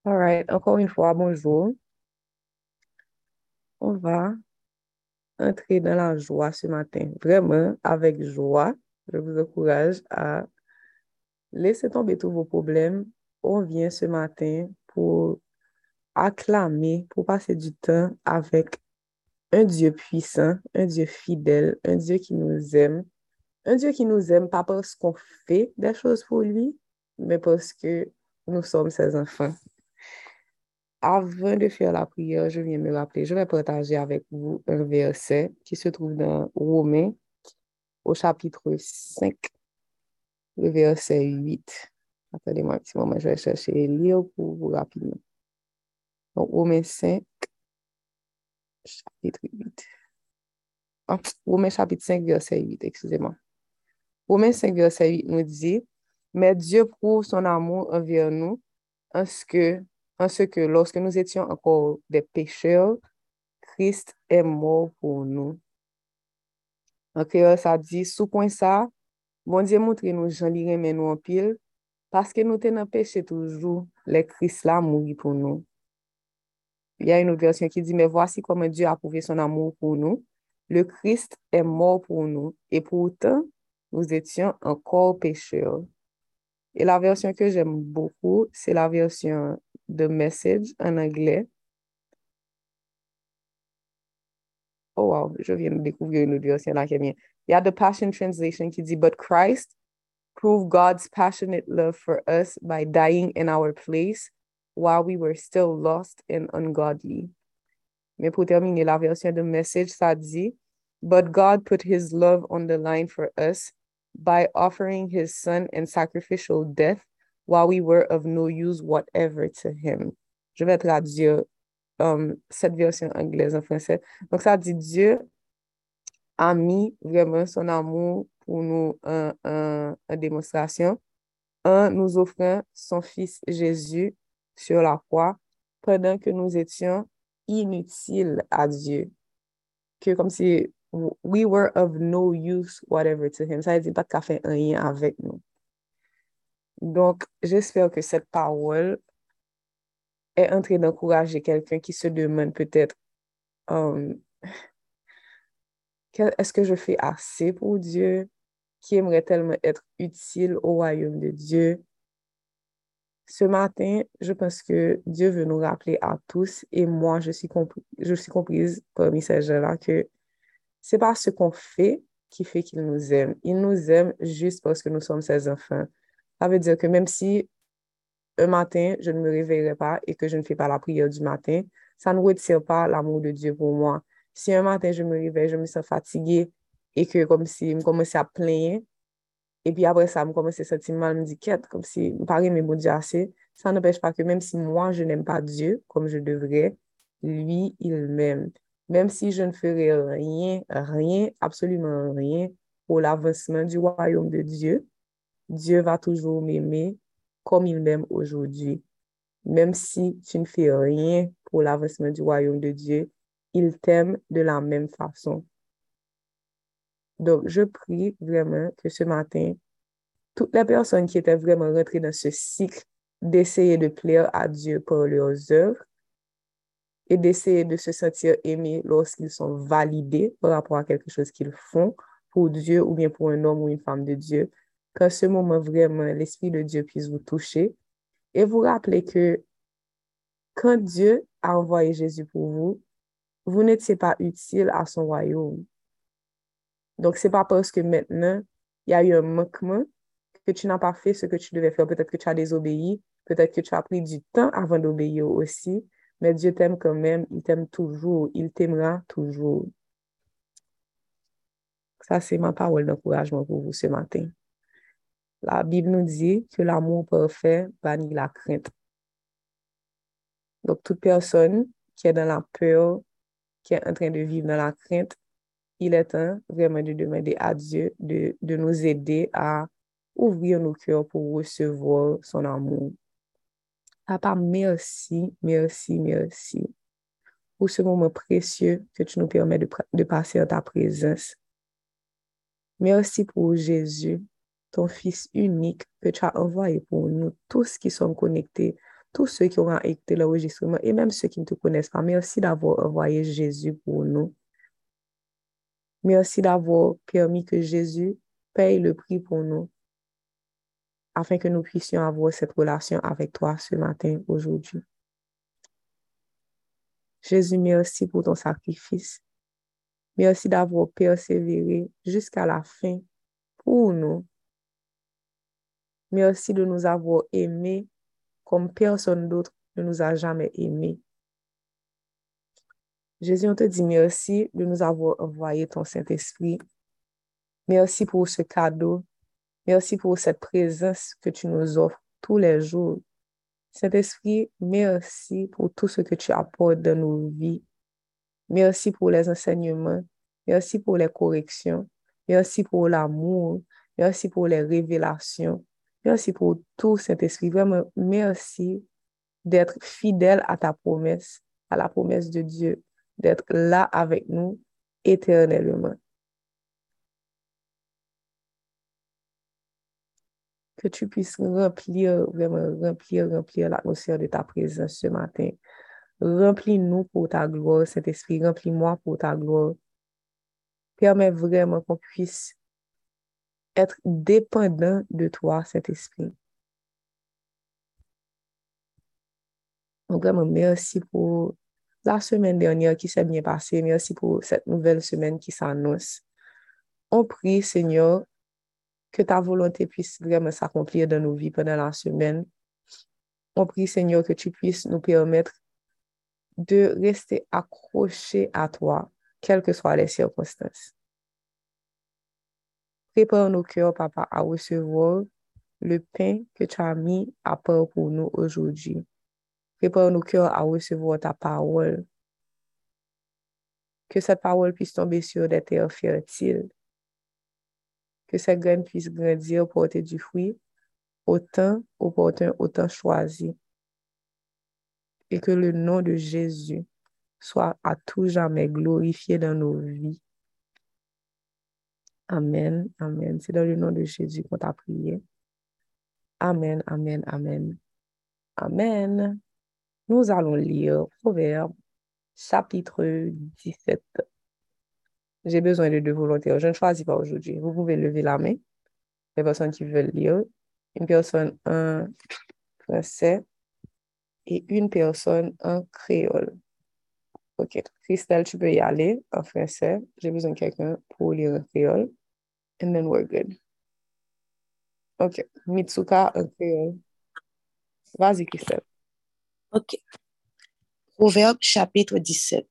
All right, encore une fois, bonjour. On va entrer dans la joie ce matin. Vraiment, avec joie, je vous encourage à laisser tomber tous vos problèmes. On vient ce matin pour acclamer, pour passer du temps avec un Dieu puissant, un Dieu fidèle, un Dieu qui nous aime pas parce qu'on fait des choses pour lui, mais parce que nous sommes ses enfants. Avant de faire la prière, je viens me rappeler, je vais partager avec vous un verset qui se trouve dans Romains au chapitre 5, le verset 8. Attendez-moi un petit moment, je vais chercher et lire pour vous rapidement. Donc, Romains 5, chapitre 8. Ah, Romains chapitre 5, verset 8, excusez-moi. Romains 5, verset 8 nous dit, mais Dieu prouve son amour envers nous en ce que lorsque nous étions encore des pécheurs, Christ est mort pour nous. En créole, ça dit, sous point ça, bon Dieu montre nous Jean li remen nous en pile, parce que nous t'en péché toujours, les Christ là mourir pour nous. Il y a une autre version qui dit, mais voici comment Dieu a prouvé son amour pour nous. Le Christ est mort pour nous, et pourtant, nous étions encore pécheurs. Et la version que j'aime beaucoup, c'est la version de Message en anglais. Oh wow, je viens de découvrir une autre version là qui est bien. Il y a The Passion Translation qui dit, but Christ prove God's passionate love for us by dying in our place while we were still lost and ungodly. Mais pour terminer, la version de Message, ça dit, but God put his love on the line for us by offering his son in sacrificial death while we were of no use whatever to him. Je vais traduire cette version anglaise en français. Donc, ça dit Dieu a mis vraiment son amour pour nous en démonstration en nous offrant son Fils Jésus sur la croix pendant que nous étions inutiles à Dieu. Que comme si we were of no use whatever to him. Ça veut dire pas qu'il a fait rien avec nous. Donc, j'espère que cette parole est en train d'encourager quelqu'un qui se demande peut-être um, est-ce que je fais assez pour Dieu, qui aimerait tellement être utile au royaume de Dieu. Ce matin, je pense que Dieu veut nous rappeler à tous, et moi, je suis comprise parmi ces gens-là, que c'est pas ce qu'on fait qu'il nous aime. Il nous aime juste parce que nous sommes ses enfants. Ça veut dire que même si un matin, je ne me réveillerai pas et que je ne fais pas la prière du matin, ça ne retire pas l'amour de Dieu pour moi. Si un matin, je me réveille, je me sens fatiguée et que comme si je commençais à plaindre, et puis après ça, je commence à sentir mal, je me dis, quête, comme si je parlais mes mots Dieu assez, ça n'empêche pas que même si moi, je n'aime pas Dieu comme je devrais, lui, il m'aime. Même si je ne ferais rien, rien, absolument rien pour l'avancement du royaume de Dieu, Dieu va toujours m'aimer comme il m'aime aujourd'hui. Même si tu ne fais rien pour l'avancement du royaume de Dieu, il t'aime de la même façon. Donc, je prie vraiment que ce matin, toutes les personnes qui étaient vraiment rentrées dans ce cycle d'essayer de plaire à Dieu par leurs œuvres et d'essayer de se sentir aimés lorsqu'ils sont validés par rapport à quelque chose qu'ils font pour Dieu ou bien pour un homme ou une femme de Dieu, qu'à ce moment vraiment l'Esprit de Dieu puisse vous toucher et vous rappeler que quand Dieu a envoyé Jésus pour vous, vous n'étiez pas utile à son royaume. Donc, c'est pas parce que maintenant, il y a eu un manquement que tu n'as pas fait ce que tu devais faire. Peut-être que tu as désobéi, peut-être que tu as pris du temps avant d'obéir aussi, mais Dieu t'aime quand même, il t'aime toujours, il t'aimera toujours. Ça, c'est ma parole d'encouragement pour vous ce matin. La Bible nous dit que l'amour parfait bannit la crainte. Donc, toute personne qui est dans la peur, qui est en train de vivre dans la crainte, il est temps vraiment de demander à Dieu de nous aider à ouvrir nos cœurs pour recevoir son amour. Papa, merci, merci, merci pour ce moment précieux que tu nous permets de passer en ta présence. Merci pour Jésus, ton Fils unique que tu as envoyé pour nous tous qui sommes connectés tous ceux qui auront écouté l'enregistrement et même ceux qui ne te connaissent pas. Merci d'avoir envoyé Jésus pour nous. Merci d'avoir permis que Jésus paye le prix pour nous afin que nous puissions avoir cette relation avec toi ce matin, aujourd'hui. Jésus, merci pour ton sacrifice. Merci d'avoir persévéré jusqu'à la fin pour nous. Merci de nous avoir aimés comme personne d'autre ne nous a jamais aimés. Jésus, on te dit merci de nous avoir envoyé ton Saint-Esprit. Merci pour ce cadeau. Merci pour cette présence que tu nous offres tous les jours. Saint-Esprit, merci pour tout ce que tu apportes dans nos vies. Merci pour les enseignements. Merci pour les corrections. Merci pour l'amour. Merci pour les révélations. Merci pour tout, Saint-Esprit. Vraiment, merci d'être fidèle à ta promesse, à la promesse de Dieu, d'être là avec nous éternellement. Que tu puisses remplir, vraiment remplir l'atmosphère de ta présence ce matin. Remplis-nous pour ta gloire, Saint-Esprit, remplis-moi pour ta gloire. Permets vraiment qu'on puisse être dépendant de toi, Saint-Esprit. Donc, vraiment, merci pour la semaine dernière qui s'est bien passée. Merci pour cette nouvelle semaine qui s'annonce. On prie, Seigneur, que ta volonté puisse vraiment s'accomplir dans nos vies pendant la semaine. On prie, Seigneur, que tu puisses nous permettre de rester accrochés à toi, quelles que soient les circonstances. Prépare nos cœurs, Papa, à recevoir le pain que tu as mis à part pour nous aujourd'hui. Prépare nos cœurs à recevoir ta parole. Que cette parole puisse tomber sur des terres fertiles. Que cette graine puisse grandir, porter du fruit, autant opportun, autant choisi. Et que le nom de Jésus soit à tout jamais glorifié dans nos vies. Amen, amen. C'est dans le nom de Jésus qu'on t'a prié. Amen, amen, amen. Amen. Nous allons lire Proverbe, chapitre 17. J'ai besoin de deux volontaires. Je ne choisis pas aujourd'hui. Vous pouvez lever la main. Les personnes qui veulent lire. Une personne en français et une personne en créole. OK. Christelle, tu peux y aller en français. J'ai besoin de quelqu'un pour lire en créole. And then we're good. OK. Mitsuka en créole. Vas-y, Christelle. OK. Proverbe chapitre 17.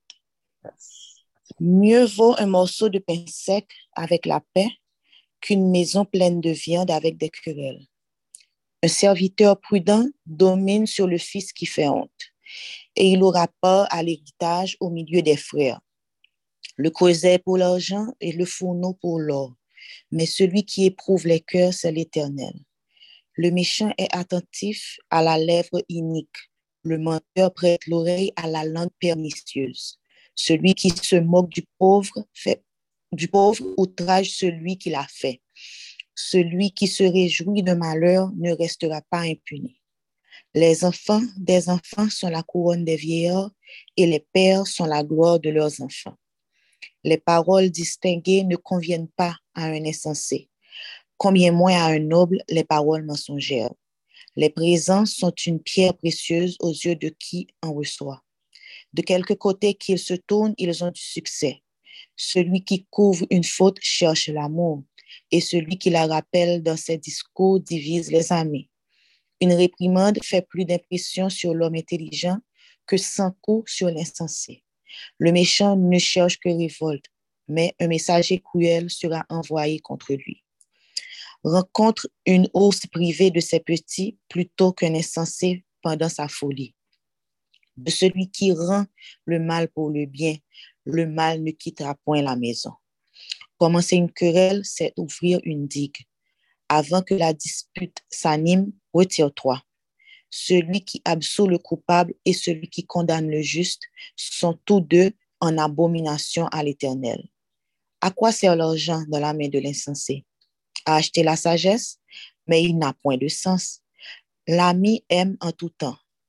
Mieux vaut un morceau de pain sec avec la paix qu'une maison pleine de viande avec des querelles. Un serviteur prudent domine sur le fils qui fait honte, et il aura part à l'héritage au milieu des frères. Le creuset pour l'argent et le fourneau pour l'or, mais celui qui éprouve les cœurs, c'est l'Éternel. Le méchant est attentif à la lèvre inique. Le menteur prête l'oreille à la langue pernicieuse. Celui qui se moque du pauvre outrage celui qui l'a fait. Celui qui se réjouit de malheur ne restera pas impuni. Les enfants des enfants sont la couronne des vieillards et les pères sont la gloire de leurs enfants. Les paroles distinguées ne conviennent pas à un insensé. Combien moins à un noble les paroles mensongères. Les présents sont une pierre précieuse aux yeux de qui en reçoit. De quelque côté qu'ils se tournent, ils ont du succès. Celui qui couvre une faute cherche l'amour, et celui qui la rappelle dans ses discours divise les amis. Une réprimande fait plus d'impression sur l'homme intelligent que 100 coups sur l'insensé. Le méchant ne cherche que révolte, mais un messager cruel sera envoyé contre lui. Rencontre une ours privée de ses petits plutôt qu'un insensé pendant sa folie. De celui qui rend le mal pour le bien, le mal ne quittera point la maison. Commencer une querelle, c'est ouvrir une digue. Avant que la dispute s'anime, retire-toi. Celui qui absout le coupable et celui qui condamne le juste sont tous deux en abomination à l'Éternel. À quoi sert l'argent dans la main de l'insensé? À acheter la sagesse, mais il n'a point de sens. L'ami aime en tout temps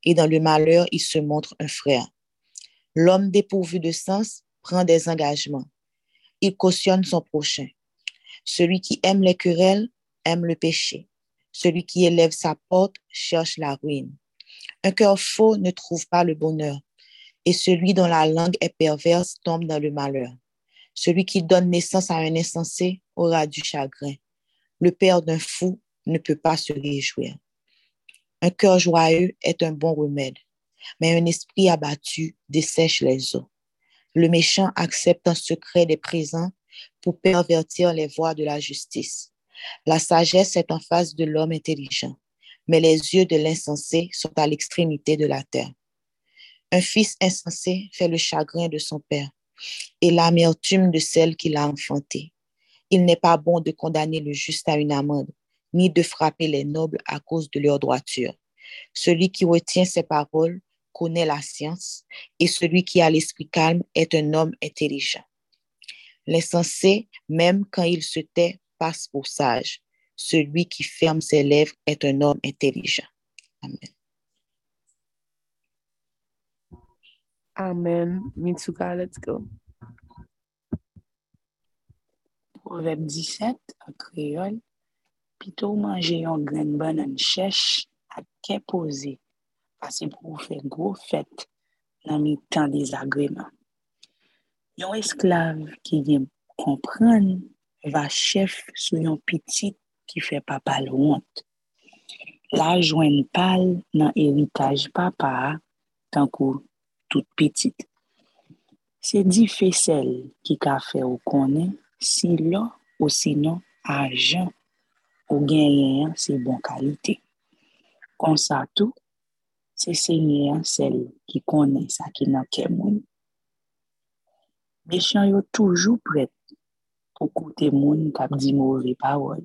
et dans le malheur, il se montre un frère. L'homme dépourvu de sens prend des engagements. Il cautionne son prochain. Celui qui aime les querelles aime le péché. Celui qui élève sa porte cherche la ruine. Un cœur faux ne trouve pas le bonheur, et celui dont la langue est perverse tombe dans le malheur. Celui qui donne naissance à un insensé aura du chagrin. Le père d'un fou ne peut pas se réjouir. Un cœur joyeux est un bon remède, mais un esprit abattu dessèche les eaux. Le méchant accepte en secret des présents pour pervertir les voies de la justice. La sagesse est en face de l'homme intelligent, mais les yeux de l'insensé sont à l'extrémité de la terre. Un fils insensé fait le chagrin de son père et l'amertume de celle qui l'a enfanté. Il n'est pas bon de condamner le juste à une amende, ni de frapper les nobles à cause de leur droiture. Celui qui retient ses paroles connaît la science, et celui qui a l'esprit calme est un homme intelligent. L'insensé, même quand il se tait, passe pour sage. Celui qui ferme ses lèvres est un homme intelligent. Amen. Amen. Mitsuka, let's go. Proverbe 17, en créole. Plutôt manger yon grain banane chèche à qu'est posé, parce que pour faire gros fête dans mi temps désagrément. Yon esclave qui vient comprendre va chef sous yon petit qui fait papa le honte. La joine pâle dans héritage papa tant que toute petite. C'est dit faisselle qui ka fait ou connaît si là ou sinon argent ou gagner c'est bon qualité. Comme ça tout, c'est Seigneur celle qui connaît ça qui n'a qu'un moun. Méchant yo toujours prêt pour écouter moun k'ap di mauvais parole.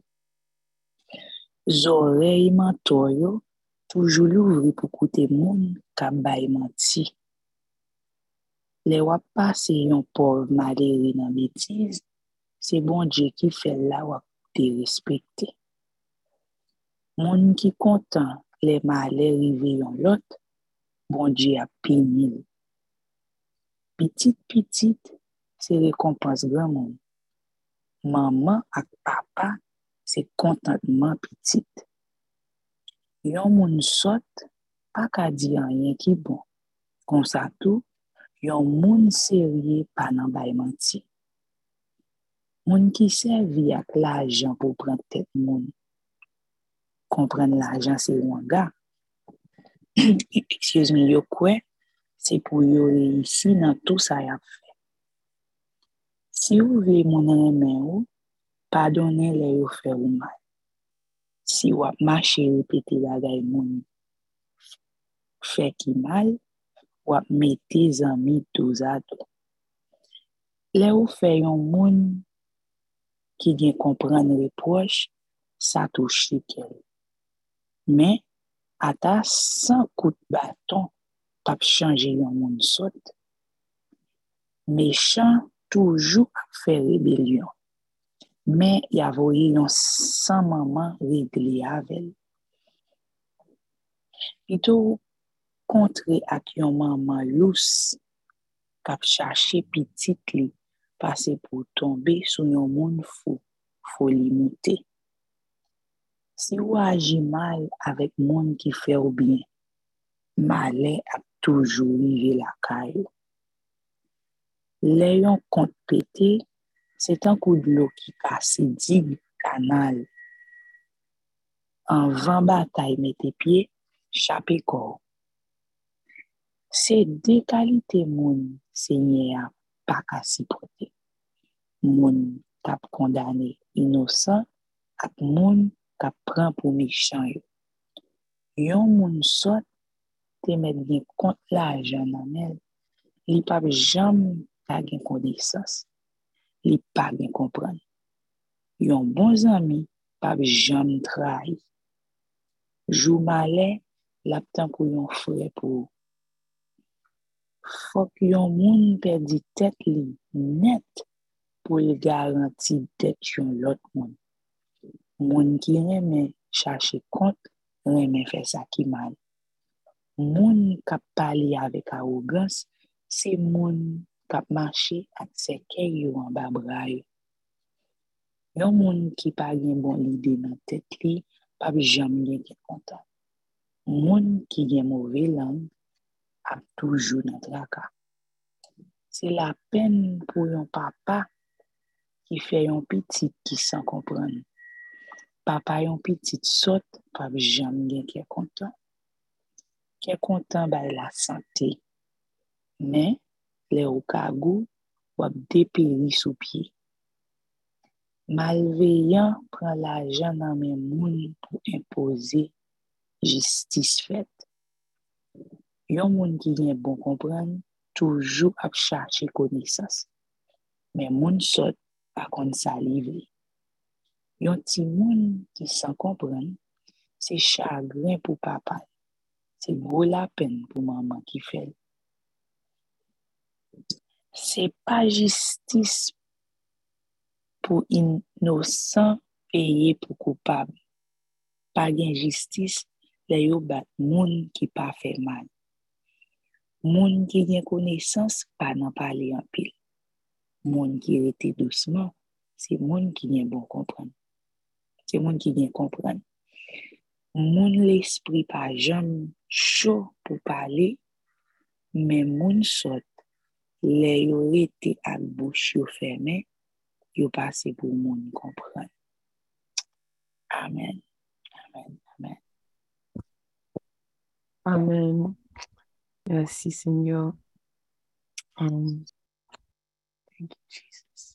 Oreilles mentor yo toujours l'ouvri pour écouter moun k'ap bay menti. Les wap passe yon pauvre malheureux dans bêtise, c'est bon Dieu qui fait là wap te respecter. Moun qui content les malheurs rive yon lot, bon Dieu a puni. Petite, c'est récompense grand monde. Maman ak papa, c'est contentement petite. Yon moun sot, pas ka di rien qui bon. Comme ça tout, yon moun sérieux pas nan bay menti. Moun qui servi ak l'argent pour prendre tête moun. Comprendre l'argent c'est un gars. Excuse me, yo quoi? C'est pour yo réussir dans tout ça y a fait. Si vous voulez mon aimer ou, pardonnez les yo fait ou mal. Si vous marchez répéter bagay moun fait qui mal, ou mettez amis dos à dos. Les ou fait yon moun qui gen comprendre reproche, ça touche qu'elle. Mais ata sans coup de bâton, pas changer yon moun sot. Méchant toujours fait rébellion. Mais y a voyé yon sans maman réglé avec. Plutôt contre ak yon maman lousse k'ap chercher petite li passer pour tomber sous yon moun fou, folie monter. Si ou agit mal avec moun qui fait ou bien, malin a toujours rivé la caille. L'ayon compte pété, c'est un coup de l'eau qui casse digue canal. En vent bataille mette pied, chapé corps. C'est des qualités moun Seigneur pas ka si proté. Moun k'ap condamné innocent ak moun k'ap prend pour méchant yo. Yon moun sot te met bien compte l'argent nan el, li pa jamais ta gen connaissance, li pa gen comprendre. Yon bon ami pa jamais trahi. Jou malè, l'aptan pou yon frère pour. Faut que yon moun perdi tête li net pour le garanti tête yon l'autre moun. Moun qui reme chercher compte, reme faire ça qui mal. Moun kap pali avec arrogance, c'est moun kap marché ak seke yo an ba bra yo. Yon moun ki pa gen bon l'idée nan tête li, pa jam gen ki content. Moun ki gen mauvais langue, ap toujours nan traka. C'est la peine pour yon papa qui fait yon petit qui sans comprendre. Papa yon petit saute, pa jam gen ki content. Qui content ba la santé. Mais les ou kagou wap dépéri sous pied. Malveillant prend l'argent dans mes moun pour imposer justice faite. Yon moun qui gen bon comprendre toujours ap chercher connaissance. Mais moun sot pa kon sa livre. Yon ti moun qui sans comprendre, c'est chagrin pour papa. C'est gros la peine pour maman qui fait. C'est pas justice pour innocent payer pour coupable. Pas gen justice, les yo bat moun qui pas fait mal. Moun qui gen connaissance, pas nan parler en pile. Moun qui rete doucement, c'est moun qui gen bon comprendre. C'est moun qui gen comprendre. Moun l'esprit pas jamais chaud pour parler, mais moun sot, les yo rete ak bouche yo fermé, yo passe pour moun comprendre. Amen. Amen. Amen. Amen. Merci, Seigneur. Thank you, Jesus.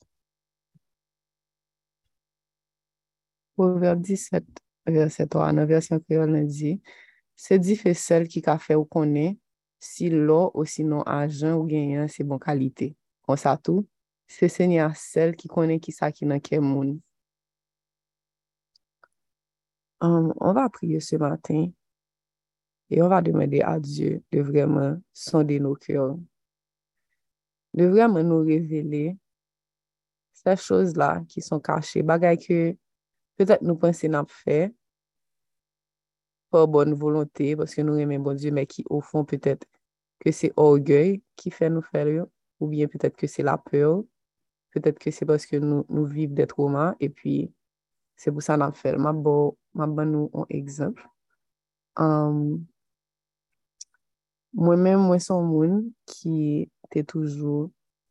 Proverbe 17, verset 3, dans la version créole, on dit, c'est dit fait celle qui a fait ou connaît, si l'eau ou sinon argent ou gagnant, c'est bon qualité. Comme ça tout, c'est Seigneur celle qui connaît qui ça qui n'a qu'un monde. On va prier ce matin et on va demander à Dieu de vraiment sonder nos cœurs, de vraiment nous révéler ces choses-là qui sont cachées, bagaille que peut-être nous pensons n'a pas fait par bonne volonté, parce que nous aimons bon Dieu, mais qui au fond peut-être que c'est orgueil qui fait nous faire, ou bien peut-être que c'est la peur, peut-être que c'est parce que nous vivons des traumas, et puis c'est pour ça qu'on a fait. Ma bonne nous un exemple. Moi-même, moi, son moun qui était toujours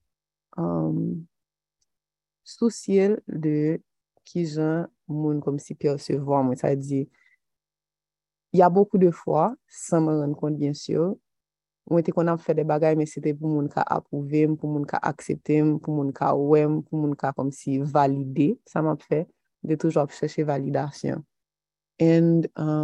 soucieux de qui gens moun comme si percevoir moi, ça veut dire il y a beaucoup de fois, sans me rendre compte bien sûr, on était qu'on a fait des bagages mais c'était pour moun ka approuver, pour moun ka accepter, pour moun ka ouais, pour moun ka comme si valider, ça m'a fait de toujours chercher validation. And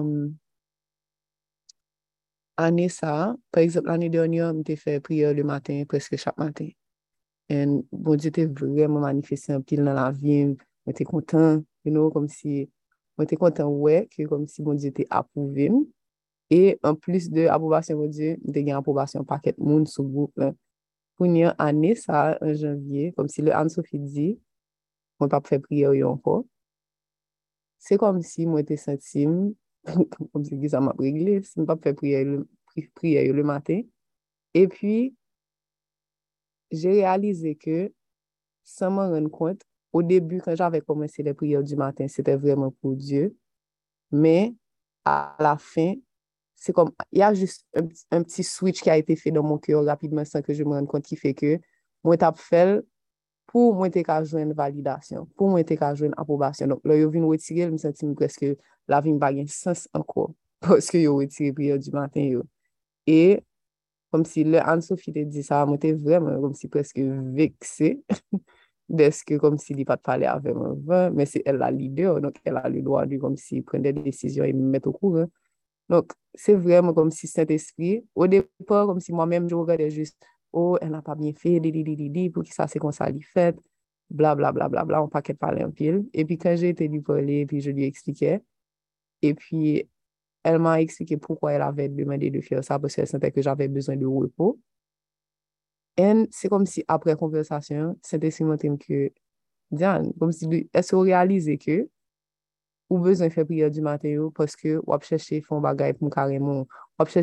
année ça, par exemple l'année dernière, j'ai fait prière le matin presque chaque matin. Et bon Dieu était vraiment manifesté un pile dans la vie, j'étais content, comme si j'étais content ouais que comme si bon Dieu était approuvé. Et en plus de approbation bon Dieu, j'ai gagné approbation paquet monde sur groupe là. Pour une année ça en janvier, comme si le Anne-Sophie dit, moi pas faire prière encore. C'est comme si moi était senti comme si ça m'a réglé, si pas faire prière le matin. Et puis j'ai réalisé que sans m'en rendre compte, au début, quand j'avais commencé les prières du matin, c'était vraiment pour Dieu. Mais à la fin, c'est comme, il y a juste un petit switch qui a été fait dans mon cœur rapidement sans que je me rende compte qui fait que moi, t'as fait pour moi, t'es qu'à jouer une validation, pour moi, t'es qu'à jouer une approbation. Donc, là, je viens retirer, je me sens presque la vie n'a pas de sens encore parce que je retiré prière du matin. Et comme si le Anne-Sophie te dit ça, moi, t'es vraiment comme si presque vexée. Parce que comme s'il n'y pas de parler avec moi, mais c'est elle la leader, donc elle a le droit de comme si prendre des décisions et me mettre au courant. Donc, c'est vraiment comme si Saint-Esprit, au départ, comme si moi-même, je regardais juste, oh, elle n'a pas bien fait, pour que ça, c'est comme ça, elle fait, bla, bla, bla, bla, bla, on paquet de parler en pile. Et puis, quand j'ai été lui parler, puis je lui expliquais, et puis, elle m'a expliqué pourquoi elle avait demandé de faire ça, parce qu'elle sentait que j'avais besoin de repos. Et c'est comme si, après conversation, Saint-Esprit m'a dit que, Diane, comme si, est-ce que vous réalisez que, ou besoin de faire prière du matin parce que ou chercher font bagaille pour carrément ou chercher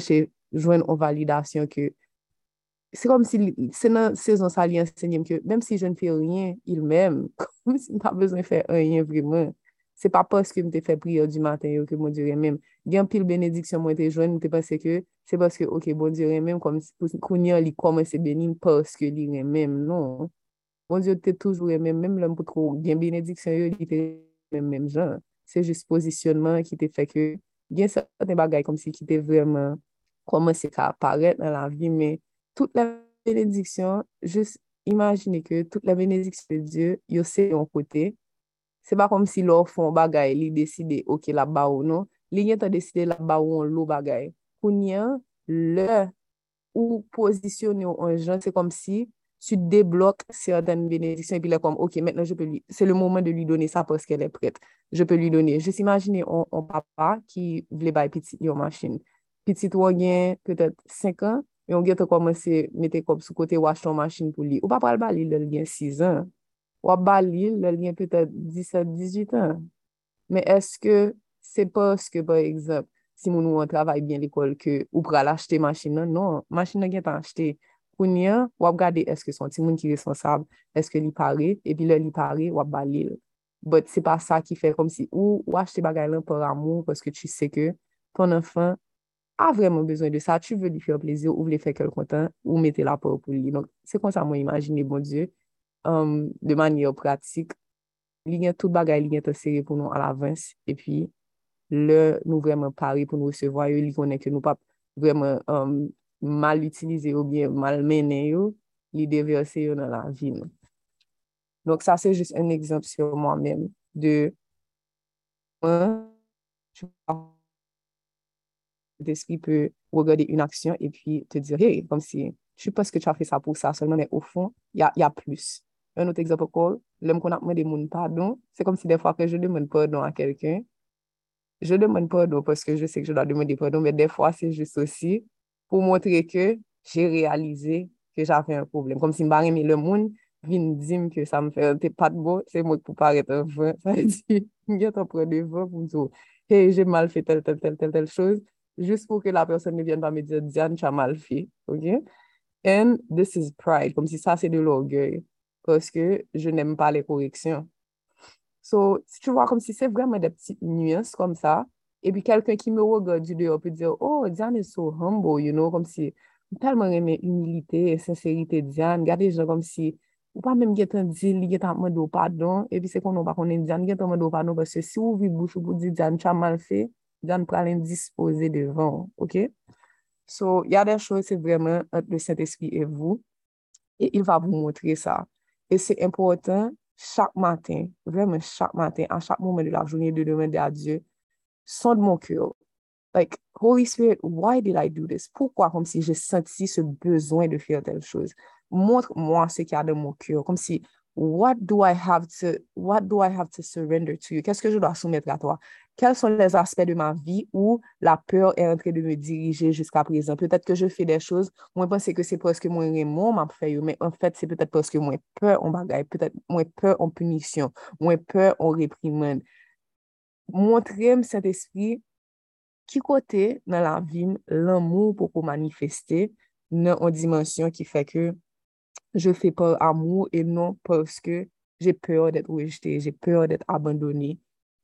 joindre une validation que c'est comme si c'est dans la saison ça lui enseigne que même si je ne fais rien, il m'aime. Comme si je n'ai pas besoin de faire rien vraiment. C'est pas parce que je t'ai fait prière du matin yo que mon Dieu même. Il y a un pile bénédiction moi te joindre, tu penses que c'est parce que OK, bon Dieu même comme si Kounia il commence à bénir parce que il même non. Bon Dieu t'es toujours même même l'homme pour trop bien bénédiction yo il était même genre. C'est juste positionnement qui te fait que bien certains bagages comme si qui était vraiment commencé à apparaître dans la vie mais toute la bénédiction, juste imaginez que toute la bénédiction de Dieu, il c'est un côté. C'est pas comme si l'on font bagay, li décide, OK, là-bas ou non. Li a décidé là-bas ou on l'eau bagay. Kounya, le ou positionner en gens, c'est comme si tu débloques certaines bénédictions et puis là, comme, OK, maintenant, c'est le moment de lui donner ça parce qu'elle est prête. Je peux lui donner. Juste imaginer un papa qui voulait bailler petit une machine. Petit ou gen peut-être 5 ans, et on a commencé à mettre comme sous côté wash ton machine pour lui. Ou pas le bali, il a 6 ans. Ou bali, il a peut-être 17, 18 ans. Mais est-ce que c'est parce que, par exemple, si mon travaille bien l'école que ou pour l'acheter machine nan? Non, machine nan gen tan acheté. Kounya, ou regarder est-ce que son petit monde qui est responsable, est-ce que li pare, et puis là li pare, ou balil. But c'est pas ça qui fait comme si ou acheter bagay lan par amour parce que tu sais que ton enfant a vraiment besoin de ça, tu veux lui faire plaisir ou lui faire quelque content ou mettre la peur pour lui. Donc, c'est comme ça, moi, imaginer, bon Dieu, de manière pratique, li gen tout bagay li gen te serré pour nous à l'avance, et puis nous vraiment pari pour nous recevoir, yo, li konnen que nous pas vraiment mal utiliser ou bien mal mener yo, li déverser yo dans la vie. Nou. Donc, ça, c'est juste un exemple sur moi-même de un, tu vois, l'esprit peut regarder une action et puis te dire, hey, comme si, je sais pas ce que tu as fait ça pour ça seulement, mais au fond, il y a plus. Un autre exemple encore, l'homme qu'on a demandé mon pardon, c'est comme si des fois que je demande pardon à quelqu'un, je demande pardon parce que je sais que je dois demander pardon, mais des fois, c'est juste aussi pour montrer que j'ai réalisé que j'avais un problème. Comme si je aimé le monde, vient dire que ça me fait t'es pas de beau, c'est moi qui paraître un vrai. Ça veut dire, il y a un peu de vent pour me dire, hey, j'ai mal fait telle chose, juste pour que la personne ne vienne pas me dire, Diane, tu as mal fait. OK? And this is pride, comme si ça, c'est de l'orgueil, parce que je n'aime pas les corrections. So, si tu vois comme si c'est vraiment des petites nuances comme ça, et puis quelqu'un qui me regarde du dehors peut dire, oh, Diane is so humble, comme si, tellement aimé humilité et sincérité Diane, regardez les gens comme si, ou pas même get un deal, il get un mot pardon, et puis c'est qu'on n'a pas qu'on est Diane, get un mot pardon, parce que si vous vivez bouche pour dire Diane, tu as mal fait, Diane prend l'indisposé devant, OK? So, il y a des choses, c'est vraiment entre le Saint-Esprit et vous, et il va vous montrer ça. Et c'est important, chaque matin, vraiment chaque matin, à chaque moment de la journée, de demander à Dieu, sonde mon cœur. Like, Holy Spirit, why did I do this? Pourquoi, comme si j'ai senti ce besoin de faire telle chose? Montre-moi ce qu'il y a dans mon cœur. Comme si, what do I have to surrender to you? Qu'est-ce que je dois soumettre à toi? Quels sont les aspects de ma vie où la peur est en train de me diriger jusqu'à présent? Peut-être que je fais des choses, moi, je pense que c'est parce que moi, Raymond m'a fait, mais en fait, c'est peut-être parce que moi, peur en bagaille, peut-être moi, peur en punition, moi, peur en réprimande. Montrez-moi, Saint-Esprit, qui côté dans la vie, l'amour pour manifester dans une dimension qui fait que je fais par amour et non parce que j'ai peur d'être rejeté, j'ai peur d'être abandonné.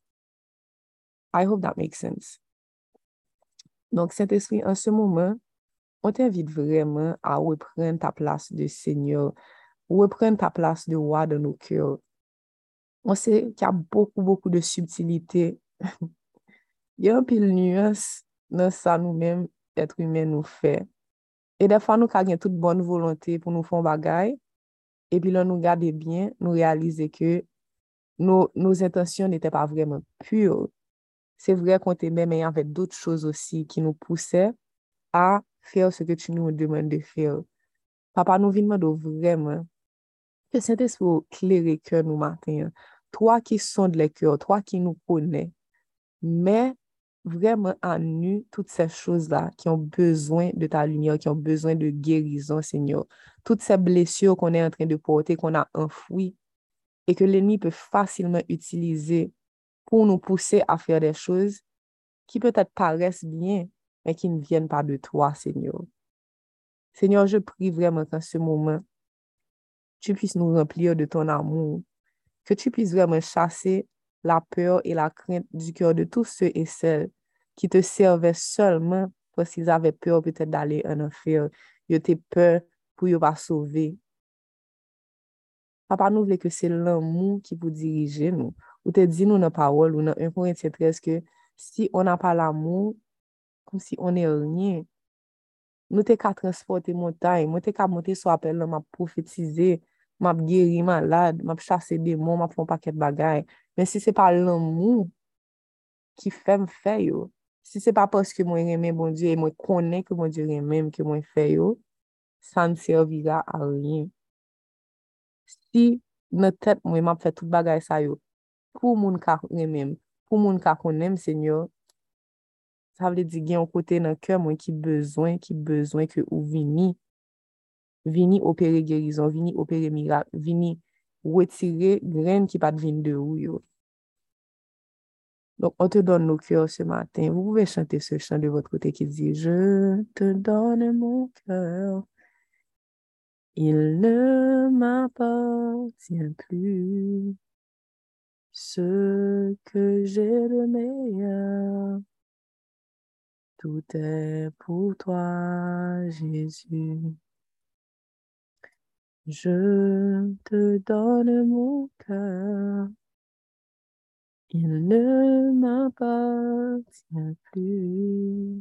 I hope that makes sense. Donc, Saint-Esprit, en ce moment, on t'invite vraiment à reprendre ta place de Seigneur, reprendre ta place de roi dans nos cœurs. On sait qu'il y a beaucoup, beaucoup de subtilité. Il y a un peu de nuance dans ça nous-mêmes, être humain nous fait. Et des fois, nous avons toute bonne volonté pour nous faire bagaille. Et puis là, nous garder bien, nous réaliser que nos intentions n'étaient pas vraiment pures. C'est vrai qu'on t'aimait, mais il y avait d'autres choses aussi qui nous poussaient à faire ce que tu nous demandes de faire. Papa, nous demandons vraiment que Saint-Esprit éclaire cœur nous matin. Toi qui sondes les cœurs, toi qui nous connais, mais vraiment à nu toutes ces choses-là qui ont besoin de ta lumière, qui ont besoin de guérison, Seigneur. Toutes ces blessures qu'on est en train de porter, qu'on a enfouies et que l'ennemi peut facilement utiliser pour nous pousser à faire des choses qui peut-être paraissent bien, mais qui ne viennent pas de toi, Seigneur. Seigneur, je prie vraiment qu'en ce moment, tu puisses nous remplir de ton amour, que tu puisses vraiment chasser la peur et la crainte du cœur de tous ceux et celles qui te servaient seulement parce qu'ils avaient peur peut-être d'aller en enfer. Ils étaient peur pour ne pas sauver. Papa, nous voulons que c'est l'amour qui vous dirige, nous. Ou te dit nous dans la parole, ou dans 1 Corinthiens 13, que si on n'a pas l'amour, comme si on n'est rien, nous t'es qu'à transporter montagne, moi t'es qu'à monter sur appel, m'a prophétiser, m'a guéri malade, m'a chasser démons, m'a fait un paquet de bagailles. Mais si c'est pas l'amour qui fait me faire yo, si c'est pas parce que moi aime bon Dieu et moi connais que mon Dieu aime que moi fait yo, ça ne servira à rien. Si notre tête moi m'a fait tout bagaille ça yo, pour moun ka aime, pour moun ka connaît Seigneur, ça veut dire qu'il y a un côté dans le cœur moi qui besoin que ou vini opérer guérison, vini opérer miracle, vini retirer graine qui pas de vin de ou yo. Donc, on te donne nos cœurs ce matin. Vous pouvez chanter ce chant de votre côté qui dit, je te donne mon cœur. Il ne m'appartient plus. Ce que j'ai de meilleur, tout est pour toi, Jésus. Je te donne mon cœur. Il ne m'appartient plus.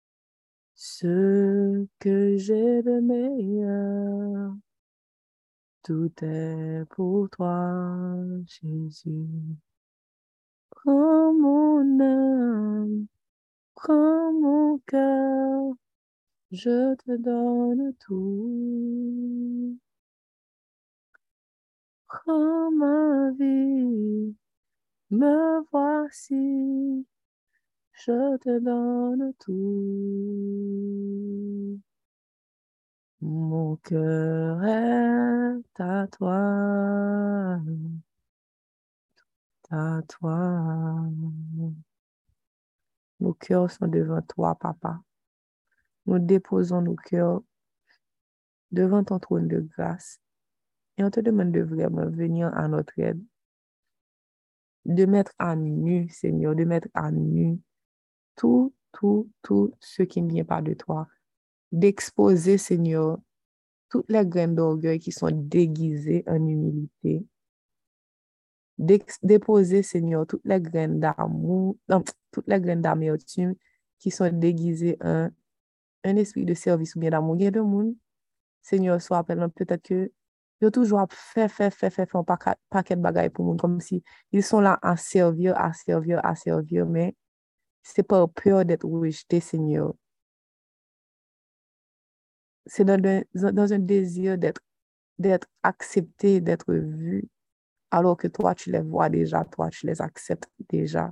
Ce que j'ai de meilleur, tout est pour toi, Jésus. Prends mon âme, prends mon cœur, je te donne tout. Prends ma vie, me voici, je te donne tout. Mon cœur est à toi, à toi. Nos cœurs sont devant toi, Papa. Nous déposons nos cœurs devant ton trône de grâce et on te demande de vraiment venir à notre aide, de mettre à nu, Seigneur, de mettre à nu tout ce qui ne vient pas de toi, d'exposer, Seigneur, toutes les graines d'orgueil qui sont déguisées en humilité, déposer, Seigneur, toutes les graines d'amour, non, toutes les graines d'amertume qui sont déguisées en un esprit de service ou bien d'amour. Il y a des gens, Seigneur, soit appelant peut-être que ils ont toujours fait un paquet de bagailles pour nous, comme si ils sont là à servir, mais c'est pas peur d'être rejeté, Seigneur. C'est dans un désir d'être accepté, d'être vu, alors que toi, tu les vois déjà, toi, tu les acceptes déjà.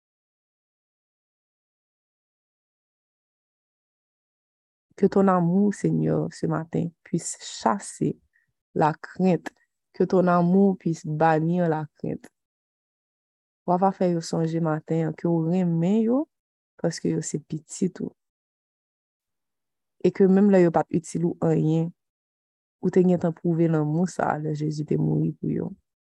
Que ton amour, Seigneur, ce matin, puisse chasser la crainte. Que ton amour puisse bannir la crainte. On va faire yo songer matin que vous aimez yo parce que yo c'est petit tout. Et que même là yo pas utile ou rien. Ou te gen tan prouver l'amour ça, là, Jésus te mouri pour yo.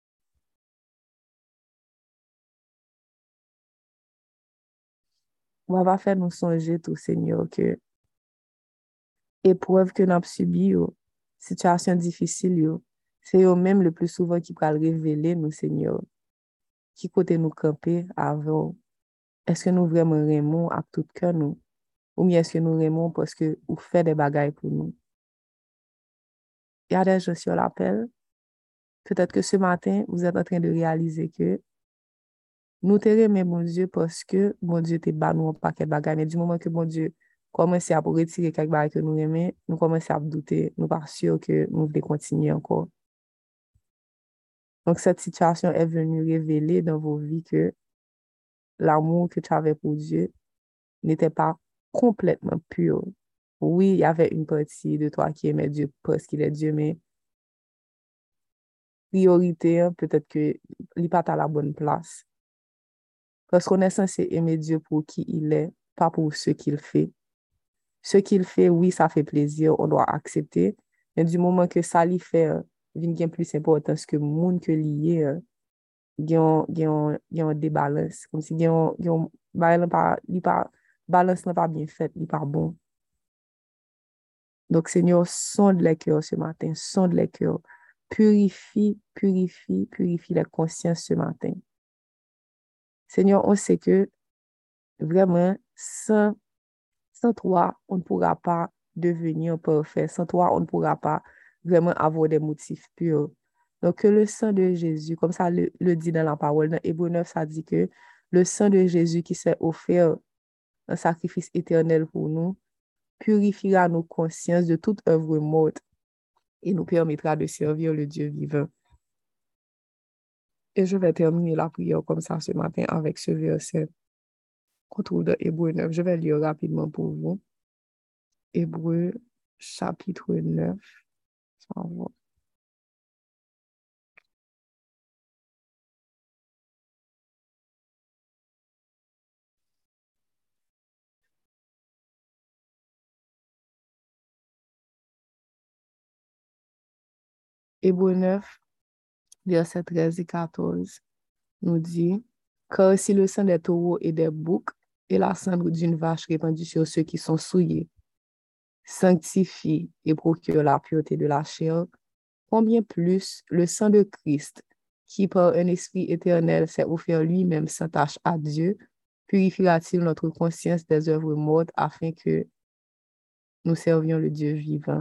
On va faire nous songer tout, Seigneur, que épreuve que nous avons subi yo, situation difficile yo, c'est yo même le plus souvent qui peut révéler nous, Seigneur, qui côté nous camper avant. Est-ce que nous vraiment aimons à tout cœur nous? Ou bien est-ce que nous aimons parce que vous faites des bagailles pour nous? Il y a des gens sur l'appel. Peut-être que ce matin, vous êtes en train de réaliser que nous te remercions, mon Dieu, parce que mon Dieu te bat nous un paquet de bagailles. Mais du moment que mon Dieu commence à retirer quelques bagailles que nous aimons, nous commençons à douter. Nous ne sommes pas sûrs que nous voulons continuer encore. Donc, cette situation est venue révéler dans vos vies que l'amour que tu avais pour Dieu n'était pas complètement pur. Oui, il y avait une partie de toi qui aimait Dieu parce qu'il est Dieu, mais priorité, hein, peut-être que il n'est pas à la bonne place. Parce qu'on est censé aimer Dieu pour qui il est, pas pour ce qu'il fait. Ce qu'il fait, oui, ça fait plaisir, on doit accepter. Mais du moment que ça lui fait vient bien plus importance que monde que lié, il y a un débalance. Comme si il y a balance n'est pas bien faite, il n'est pas bon. Donc, Seigneur, sonde les cœurs ce matin, sonde les cœurs. Purifie, purifie, purifie la conscience ce matin. Seigneur, on sait que vraiment, sans toi, on ne pourra pas devenir parfait. Sans toi, on ne pourra pas vraiment avoir des motifs purs. Donc, que le sang de Jésus, comme ça le dit dans la parole, dans Hébreux 9, ça dit que le sang de Jésus qui s'est offert un sacrifice éternel pour nous, purifiera nos consciences de toute œuvre morte et nous permettra de servir le Dieu vivant. Et je vais terminer la prière comme ça ce matin avec ce verset qu'on trouve dans Hébreux 9. Je vais lire rapidement pour vous. Hébreux chapitre 9. Ça va. Hébreux 9, verset 13 et 14 nous dit, car si le sang des taureaux et des boucs et la cendre d'une vache répandue sur ceux qui sont souillés sanctifie et procure la pureté de la chair, combien plus le sang de Christ, qui par un esprit éternel s'est offert lui-même sans tâche à Dieu, purifiera-t-il notre conscience des œuvres mortes afin que nous servions le Dieu vivant.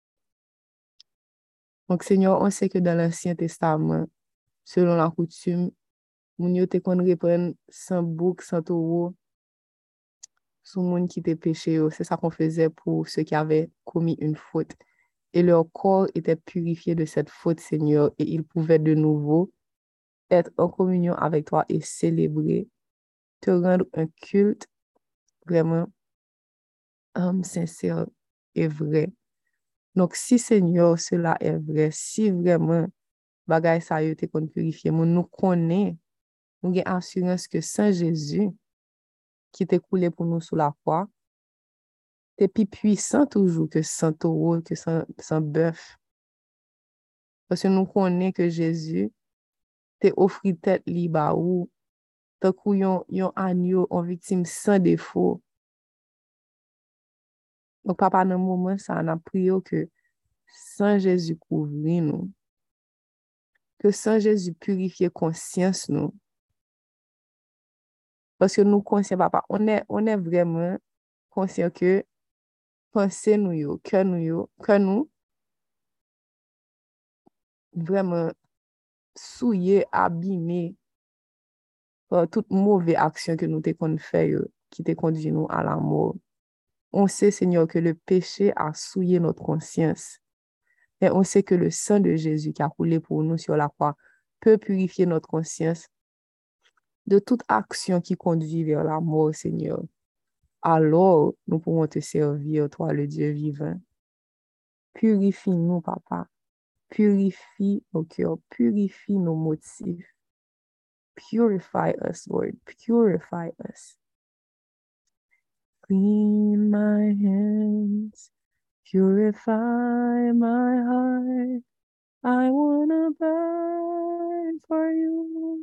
Donc, Seigneur, on sait que dans l'Ancien Testament, selon la coutume, moun yo te kon repren sans bouc, sans taureau, sous moun qui te péché. C'est ça qu'on faisait pour ceux qui avaient commis une faute. Et leur corps était purifié de cette faute, Seigneur, et ils pouvaient de nouveau être en communion avec toi et célébrer, te rendre un culte vraiment sincère et vrai. Donc, si Seigneur, cela est vrai, si vraiment bagay sa yo te kon purifié, nous connaissons, nous avons assurance que Saint Jésus, qui t'est coulé pour nous sous la croix, t'es plus puissant toujours que sans taureau, que sans bœuf. Parce que nous connaissons que Jésus t'est offert tête libre ou tant yon agneau en victime sans défaut. Donc, papa, dans le moment, ça, on a prié que Saint Jésus couvre nous, que Saint Jésus purifie conscience nous. Parce que nous conscients, papa, on est vraiment conscient que pensée nous yo, que nous vraiment souillés, abîmés par toute mauvaise action que nous t'avons fait qui te conduit nous à la mort. On sait, Seigneur, que le péché a souillé notre conscience. Et on sait que le sang de Jésus qui a coulé pour nous sur la croix peut purifier notre conscience de toute action qui conduit vers la mort, Seigneur. Alors, nous pourrons te servir, toi, le Dieu vivant. Purifie-nous, papa. Purifie nos cœurs. Purifie nos motifs. Purify us, Lord. Purify us. Clean my hands. Purify my heart. I wanna burn for you.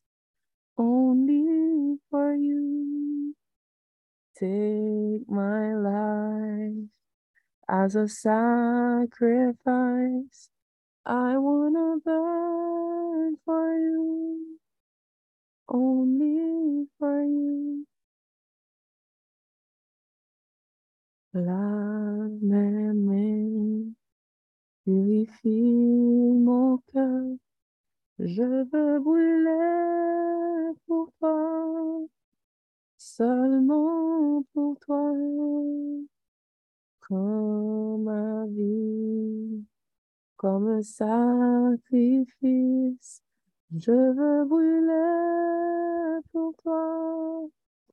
Only for you. Take my life as a sacrifice. I wanna burn for you. Only for you. Lave mes mains, purifie mon cœur. Je veux brûler pour toi, seulement pour toi. Prends ma vie comme un sacrifice. Je veux brûler pour toi,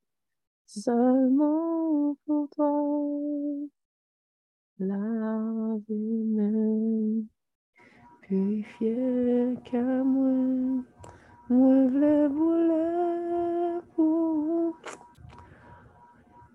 seulement pour toi. Lave-moi, purifier que moi v'lais brûler pour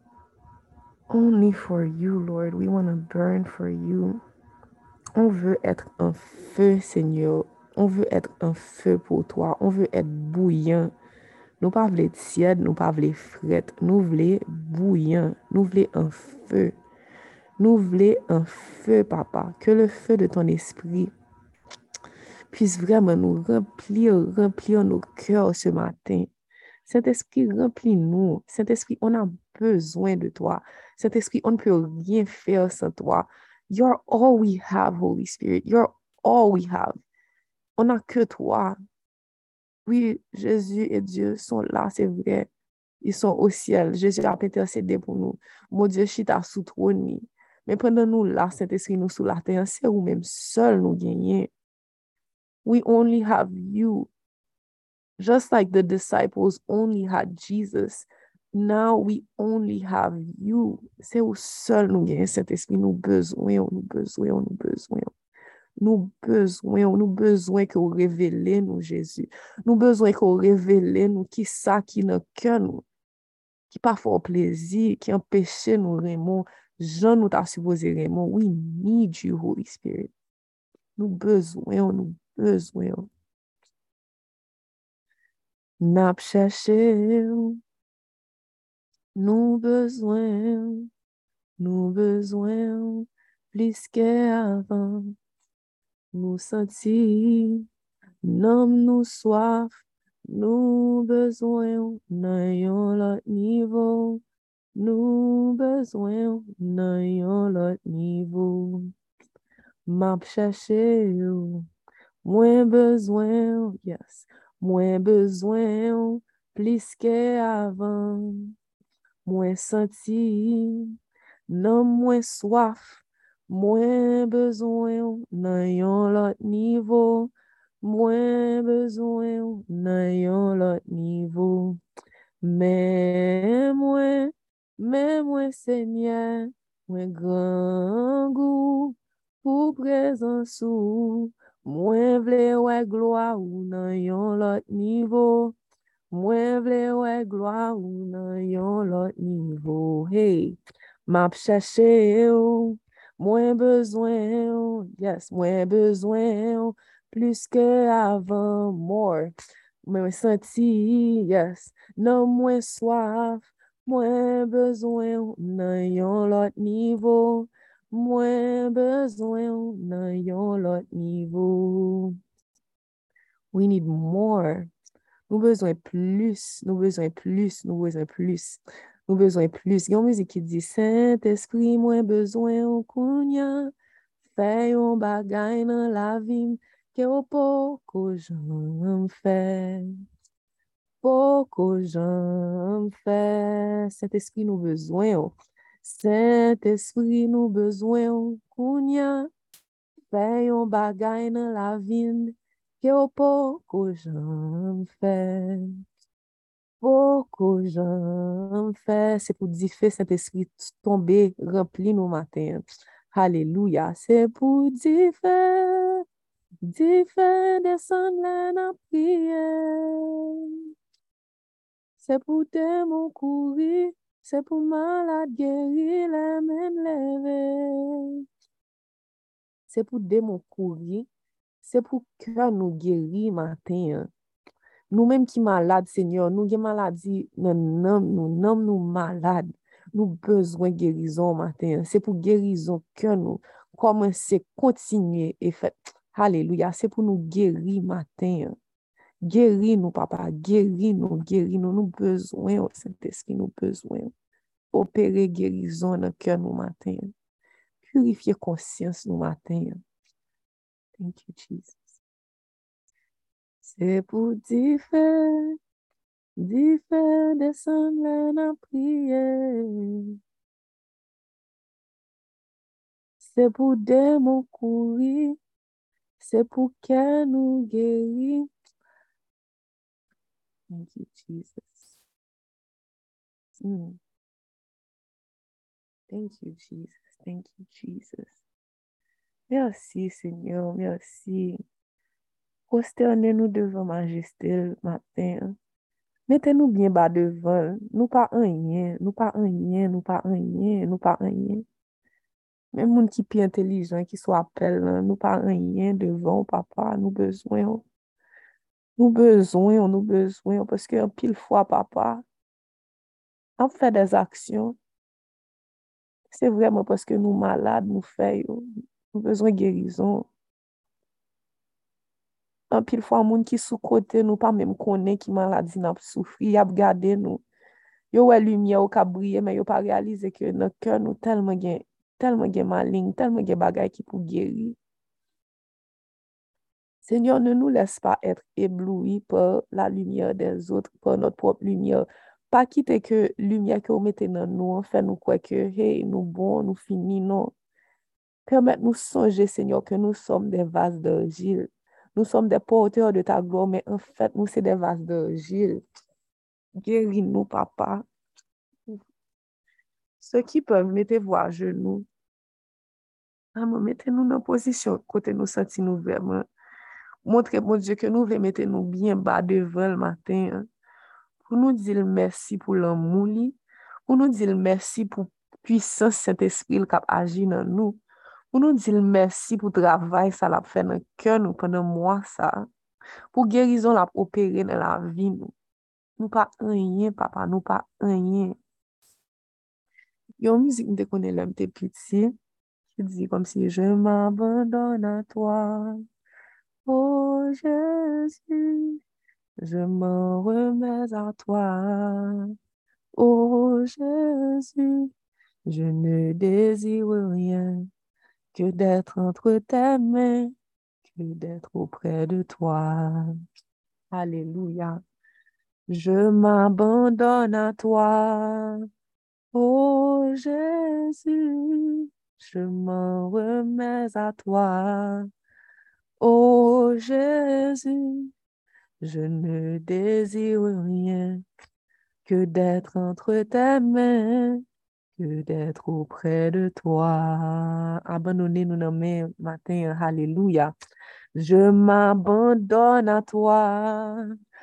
only for you, Lord. We want to burn for you. On veut être un feu, Seigneur. On veut être un feu pour toi. On veut être bouillant. Nous pas voulons tiède, nous pas voulons fret. Nous voulons bouillant. Nous voulons un feu. Nous voulons un feu, Papa. Que le feu de ton esprit puisse vraiment nous remplir nos cœurs ce matin. Saint-Esprit, remplis-nous. Saint-Esprit, on a besoin de toi. Saint-Esprit, on ne peut rien faire sans toi. You're all we have, Holy Spirit. You're all we have. On n'a que toi. Oui, Jésus et Dieu sont là, c'est vrai. Ils sont au ciel. Jésus a intercédé pour nous. Mon Dieu, chita sous trône. Mais pendant nous là, Saint-Esprit, nous sous la terre, c'est ou même seul nous gagnons. We only have you. Just like the disciples only had Jesus, now we only have you. C'est au seul nous gagnons, Saint-Esprit. Nous besoin. Nous besoin que vous révélez nous, Jésus. Nous besoin que vous révélez nous qui ça qui dans cœur nous, qui pas fort plaisir, qui empêche nous Raymond. Jean nous t'a supposé Raymond. We need you, Holy Spirit. Nous besoin. N'a cherché, nous besoin, plus qu'avant. Nous sentir, nous soif, nous besoin, n'ayons l'autre niveau. Nous besoin, n'ayons l'autre niveau. M'a cherché, moins besoin, yes. Moins besoin, plus qu'avant. Moins senti, non moins soif. Moins besoin, n'ayons l'autre niveau. Moins besoin, n'ayons l'autre niveau. Mais moi, Seigneur, moins grand goût pour présence ou. Moins vle ouais gloire ou n'ayons l'autre niveau. Moins vle ouais gloire ou n'ayons l'autre niveau. Hey, m'a cherché ou. Moins besoin, yes, moins besoin, plus que avant, more. Moins senti, yes, non moins soif, moins besoin, n'ayons l'autre niveau. Moins besoin, n'ayons l'autre niveau. We need more. Nous besoin plus, nous besoin plus. Nous besoin plus. Il y a une musique qui dit Saint-Esprit, moins besoin au kounya. Fais un bagay dans la vie que au poko j'en fais. Poko j'en fais. Saint-Esprit, nous besoin. Saint-Esprit, nous besoin. Kounya. Fais un bagay dans la vie que au poko j'en fais. Beaucoup j'en fais, c'est pour dire fait Saint-Esprit tomber, rempli nos matins. Alléluia, c'est pour dire fait descendre là dans prière. C'est pour démon courir, c'est pour malade guérir, les mains levées. C'est pour démon courir, c'est pour cœur nous guérir matin. Nous-mêmes qui malades, Seigneur, nous qui maladie, nous malades. Nous besoin de guérison matin. C'est pour guérison que nous commencer, continuer et faire. Alléluia. C'est pour nous guérir matin. Guéris nous, papa. Guéris nous. Nous besoin, oh Saint-Esprit, nous besoin. Opérer guérison dans le cœur nous matin. Purifier conscience nous matin. Thank you, Jesus. C'est pour dire descendre là dans prière. C'est pour démon courir. C'est pour qu'elle nous guérit. Thank you, Jesus. Thank you, Jesus. Thank you, Jesus. Merci, Seigneur. Merci. Prosternez-nous devant Majesté le matin. Mettez-nous bien bas devant. Nous pas rien, nous pas rien, nous pas rien, nous pas rien. Même moun qui plus intelligent, qui soit appel, nous pas rien devant, papa, nous besoin, parce que pile fois, papa, on fait des actions. C'est vraiment parce que nous malades, nous faisons, nous besoin de guérison. En pile fois, moun qui sous côté, nous pas même connaît qui maladie n'a souffri, y a regardé nous. Yo ouais lumière au ka briller, mais yo pas réaliser que notre cœur nous tellement gen maligne, tellement gen bagay qui pour guérir. Seigneur, ne nous laisse pas être éblouis par la lumière des autres, par notre propre lumière. Pas quitter que lumière que vous mettez dans nous, fait nous croire que, hey, nous bons, nous finis, non. Permette-nous songer, Seigneur, que nous sommes des vases d'argile. Nous sommes des porteurs de ta gloire, mais en fait, nous, c'est des vases d'argile. Guéris-nous, papa. Ceux qui peuvent, mettez-vous à genoux. Maman, mettez-nous dans position, côté nous sentir nous vraiment. Montrez, mon Dieu, que nous voulons mettre nous bien bas devant le matin, hein. Pour nous dire merci pour l'amour, pour nous dire merci pour puissance Saint-Esprit qui a agi dans nous, pour nous dire merci pour le travail ça l'a fait dans le cœur nous pendant mois ça, pour guérison l'a opéré dans la vie nous. Nous pas rien, papa, nous pas rien. Il y a une musique que je connais là, t'es petit, qui dit comme si je m'abandonne à toi, oh Jésus. Je m'en remets à toi, ô Jésus. Je ne désire rien que d'être entre tes mains, que d'être auprès de toi. Alléluia. Je m'abandonne à toi, ô Jésus. Je m'en remets à toi, ô Jésus. Je ne désire rien que d'être entre tes mains, que d'être auprès de toi. Abandonnez-nous dans mes matin, alléluia. Je m'abandonne à toi,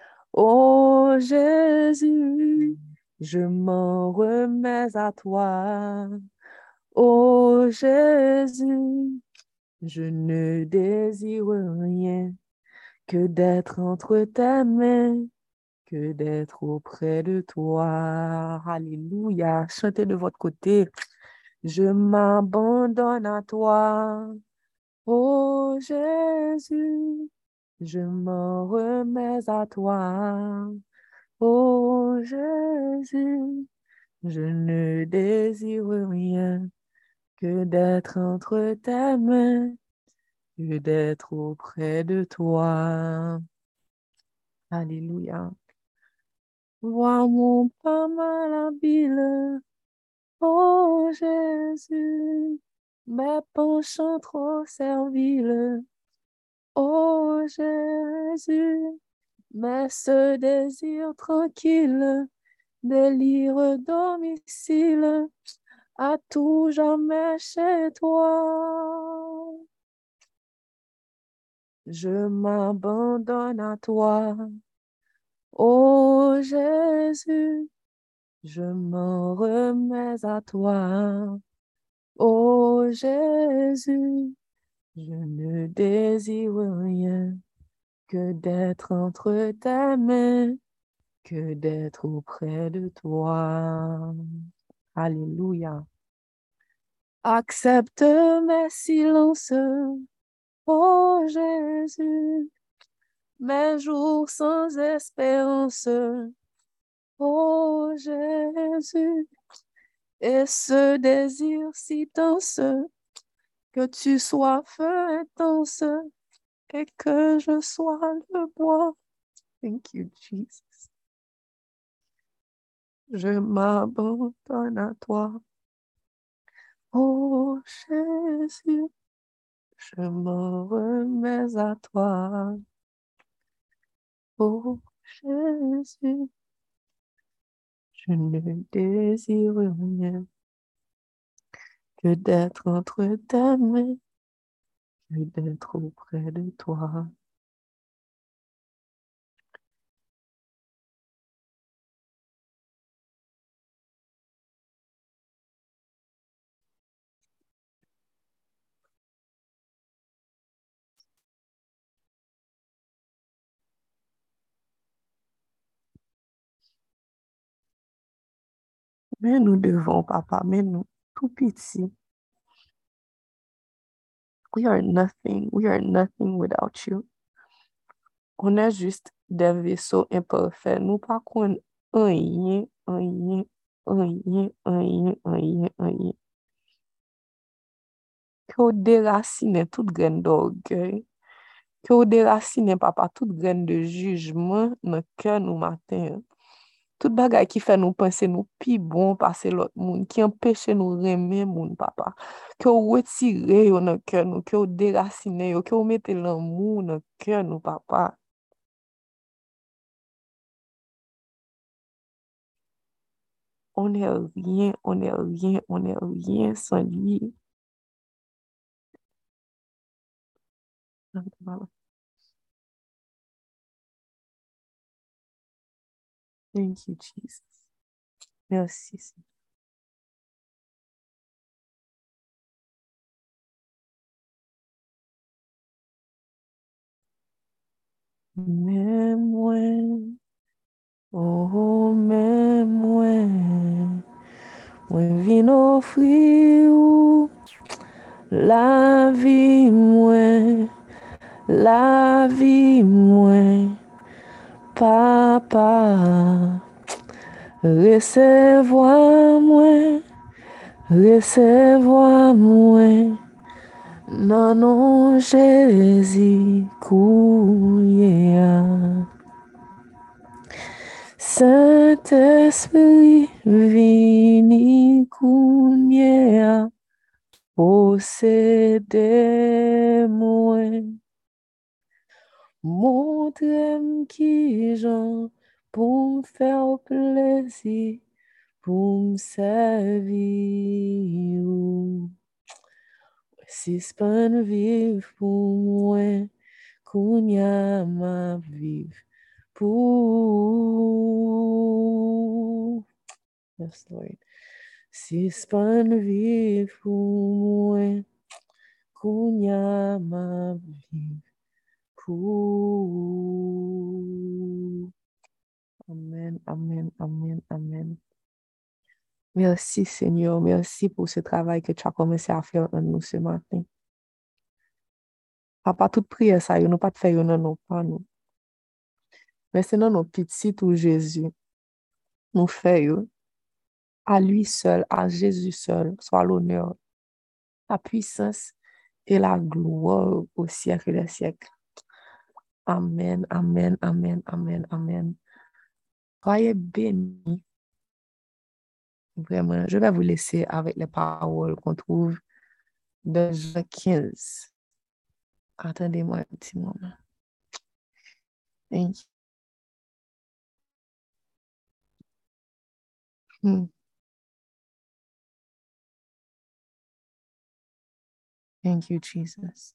ô Jésus. Je m'en remets à toi, ô Jésus. Je ne désire rien que d'être entre tes mains, que d'être auprès de toi. Alléluia. Chantez de votre côté. Je m'abandonne à toi, ô Jésus. Je m'en remets à toi, ô Jésus. Je ne désire rien que d'être entre tes mains, que d'être auprès de toi. Alléluia. Vois mon pas malhabile, oh Jésus, mes penchants trop serviles, oh Jésus, mais ce désir tranquille, délire domicile, à tout jamais chez toi. Je m'abandonne à toi, ô Jésus. Je m'en remets à toi, ô Jésus. Je ne désire rien que d'être entre tes mains, que d'être auprès de toi. Alléluia. Accepte mes silences, ô Jésus, mes jours sans espérance, ô Jésus. Et ce désir si dense, que tu sois feu intense et que je sois le bois. Thank you, Jesus. Je m'abandonne à toi, oh Jésus. Je me remets à toi, oh Jésus. Je ne désire rien que d'être entre tes mains, que d'être auprès de toi. Mais nous devons, papa, mais nous, tout petit. We are nothing. We are nothing without you. On est juste des vaisseaux imparfaits. Nous pas qu'on rien, rien, rien, rien, rien, rien. Que au déraciner toute graine d'orgueil. Que au déraciner, papa, toute graine de jugement dans le cœur nous matin. Tout bagay qui fait nous penser nous pi bon passer l'autre monde, qui empêche nous aimer moun papa. Que ou retire yo dans cœur nous, que ou déraciner yo, que ou mette l'amour dans cœur nous papa. On n'est rien, on n'est rien, on n'est rien sans lui. Thank you, Jesus. Merci, Seigneur. Même moi, oh, même moi vin offrir ou la vie, moi, papa, recevoir moi, non, non, Jésus, couillé. Saint-Esprit, vini kounyea, possédez moi. Montre-moi qui j'en pour me faire plaisir, pour me servir. Suspend vivre pour moi, kounya ma vivre pour. Yes, Lord. Suspend vivre pour moi, kounya ma vivre pour. Amen, amen, amen, amen. Merci Seigneur, merci pour ce travail que tu as commencé à faire en nous ce matin. Papa, toute prière, ça, nous pas te faire non, pas nous. Mais c'est dans nos petits tout Jésus, nous faisons à lui seul, à Jésus seul, soit l'honneur, la puissance et la gloire au siècle des siècles. Amen, amen, amen, amen, amen. Soyez bénis. Vraiment, je vais vous laisser avec les paroles qu'on trouve dans Jean 15. Attendez-moi un petit moment. Thank you. Thank you, Jesus.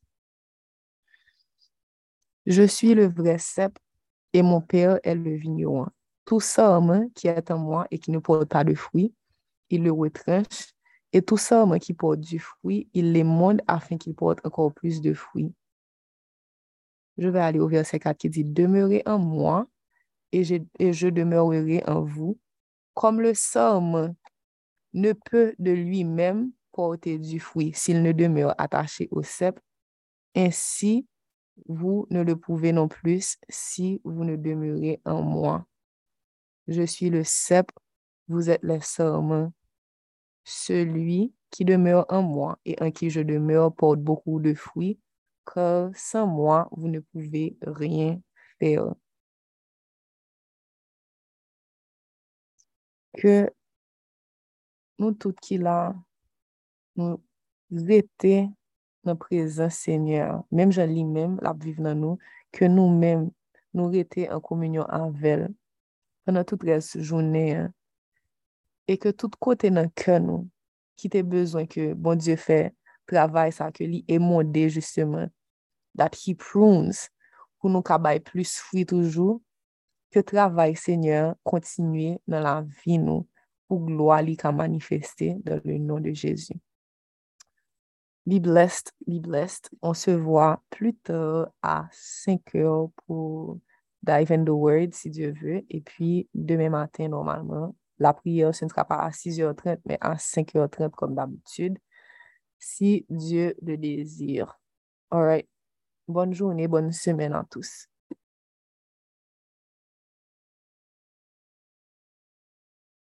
Je suis le vrai cep et mon Père est le vigneron. Tout sarment qui est en moi et qui ne porte pas de fruits, il le retranche. Et tout sarment qui porte du fruit, il l'émonde afin qu'il porte encore plus de fruits. Je vais aller au verset 4 qui dit, demeurez en moi et je demeurerai en vous. Comme le sarment ne peut de lui-même porter du fruit s'il ne demeure attaché au cep, ainsi vous ne le pouvez non plus si vous ne demeurez en moi. Je suis le cep, vous êtes les sarments. Celui qui demeure en moi et en qui je demeure porte beaucoup de fruits, car sans moi, vous ne pouvez rien faire. Que nous tous qui là, nous étions dans présence Seigneur, même je lis même la vivre dans nous, que nous-mêmes, nous étions en communion avec elle pendant toute la journée, hein, et que tout côté dans le cœur nous, qui t'ait besoin que bon Dieu fait travail ça, que lui émondé justement, that he prunes, pour nous cabaye plus fruit toujours, que travail Seigneur continue dans la vie nous, pour gloire lui qu'a manifesté dans le nom de Jésus. Be blessed, be blessed. On se voit plus tard à 5 heures pour dive in the word, si Dieu veut. Et puis, demain matin, normalement, la prière, ce ne sera pas à 6h30, mais à 5h30 comme d'habitude, si Dieu le désire. All right. Bonne journée, bonne semaine à tous.